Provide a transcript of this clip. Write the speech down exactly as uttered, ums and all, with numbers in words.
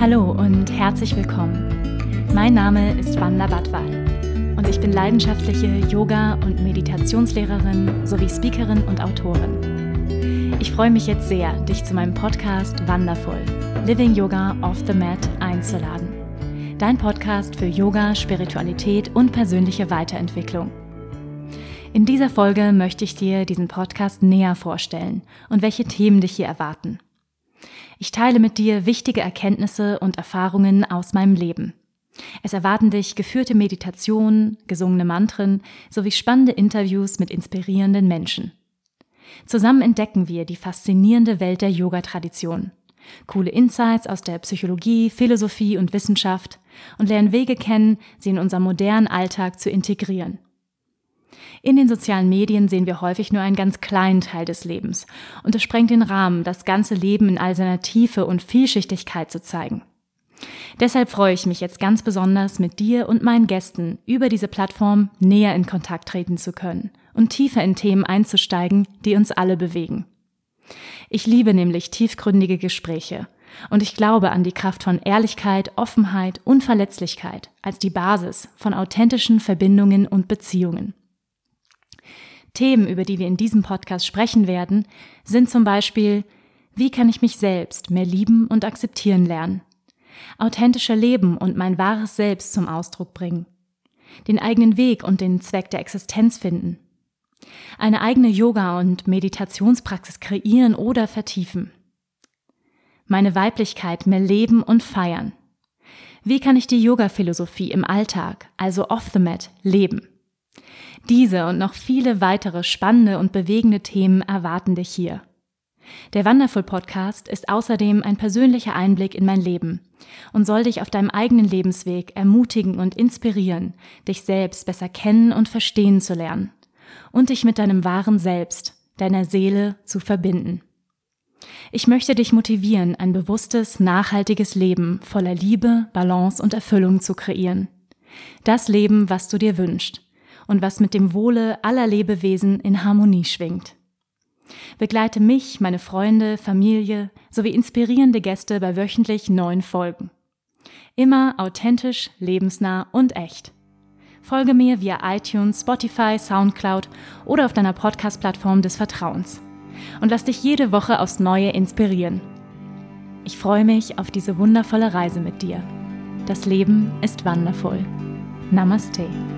Hallo und herzlich willkommen. Mein Name ist Wanda Badwal und ich bin leidenschaftliche Yoga- und Meditationslehrerin sowie Speakerin und Autorin. Ich freue mich jetzt sehr, dich zu meinem Podcast Wonderful – Living Yoga off the Mat einzuladen. Dein Podcast für Yoga, Spiritualität und persönliche Weiterentwicklung. In dieser Folge möchte ich dir diesen Podcast näher vorstellen und welche Themen dich hier erwarten. Ich teile mit dir wichtige Erkenntnisse und Erfahrungen aus meinem Leben. Es erwarten dich geführte Meditationen, gesungene Mantren sowie spannende Interviews mit inspirierenden Menschen. Zusammen entdecken wir die faszinierende Welt der Yoga-Tradition, coole Insights aus der Psychologie, Philosophie und Wissenschaft und lernen Wege kennen, sie in unserem modernen Alltag zu integrieren. In den sozialen Medien sehen wir häufig nur einen ganz kleinen Teil des Lebens und es sprengt den Rahmen, das ganze Leben in all seiner Tiefe und Vielschichtigkeit zu zeigen. Deshalb freue ich mich jetzt ganz besonders, mit dir und meinen Gästen über diese Plattform näher in Kontakt treten zu können und tiefer in Themen einzusteigen, die uns alle bewegen. Ich liebe nämlich tiefgründige Gespräche und ich glaube an die Kraft von Ehrlichkeit, Offenheit und Verletzlichkeit als die Basis von authentischen Verbindungen und Beziehungen. Themen, über die wir in diesem Podcast sprechen werden, sind zum Beispiel: Wie kann ich mich selbst mehr lieben und akzeptieren lernen? Authentischer leben und mein wahres Selbst zum Ausdruck bringen. Den eigenen Weg und den Zweck der Existenz finden. Eine eigene Yoga- und Meditationspraxis kreieren oder vertiefen. Meine Weiblichkeit mehr leben und feiern. Wie kann ich die Yoga-Philosophie im Alltag, also off the mat, leben? Diese und noch viele weitere spannende und bewegende Themen erwarten dich hier. Der Wonderful Podcast ist außerdem ein persönlicher Einblick in mein Leben und soll dich auf deinem eigenen Lebensweg ermutigen und inspirieren, dich selbst besser kennen und verstehen zu lernen und dich mit deinem wahren Selbst, deiner Seele, zu verbinden. Ich möchte dich motivieren, ein bewusstes, nachhaltiges Leben voller Liebe, Balance und Erfüllung zu kreieren. Das Leben, was du dir wünschst und was mit dem Wohle aller Lebewesen in Harmonie schwingt. Begleite mich, meine Freunde, Familie sowie inspirierende Gäste bei wöchentlich neuen Folgen. Immer authentisch, lebensnah und echt. Folge mir via iTunes, Spotify, Soundcloud oder auf deiner Podcast-Plattform des Vertrauens. Und lass dich jede Woche aufs Neue inspirieren. Ich freue mich auf diese wundervolle Reise mit dir. Das Leben ist wonderful. Namaste.